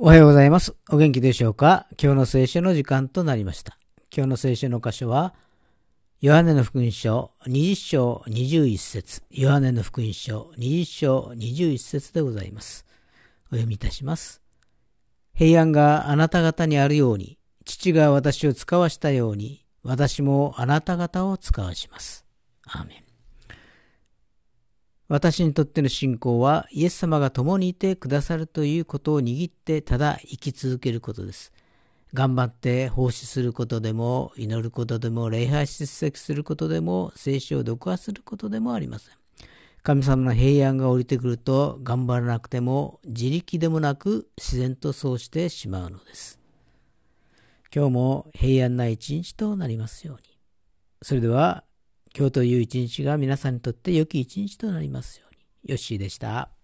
おはようございます。お元気でしょうか？今日の聖書の時間となりました。今日の聖書の箇所は、ヨハネの福音書20章21節、ヨハネの福音書20章21節でございます。お読みいたします。平安があなた方にあるように、父が私を使わしたように、私もあなた方を使わします。アーメン。私にとっての信仰はイエス様が共にいてくださるということを握ってただ生き続けることです。頑張って奉仕することでも、祈ることでも、礼拝出席することでも、聖書を読破することでもありません。神様の平安が降りてくると、頑張らなくても自力でもなく自然とそうしてしまうのです。今日も平安な一日となりますように。それでは今日という一日が皆さんにとって良き一日となりますように。ヨッシーでした。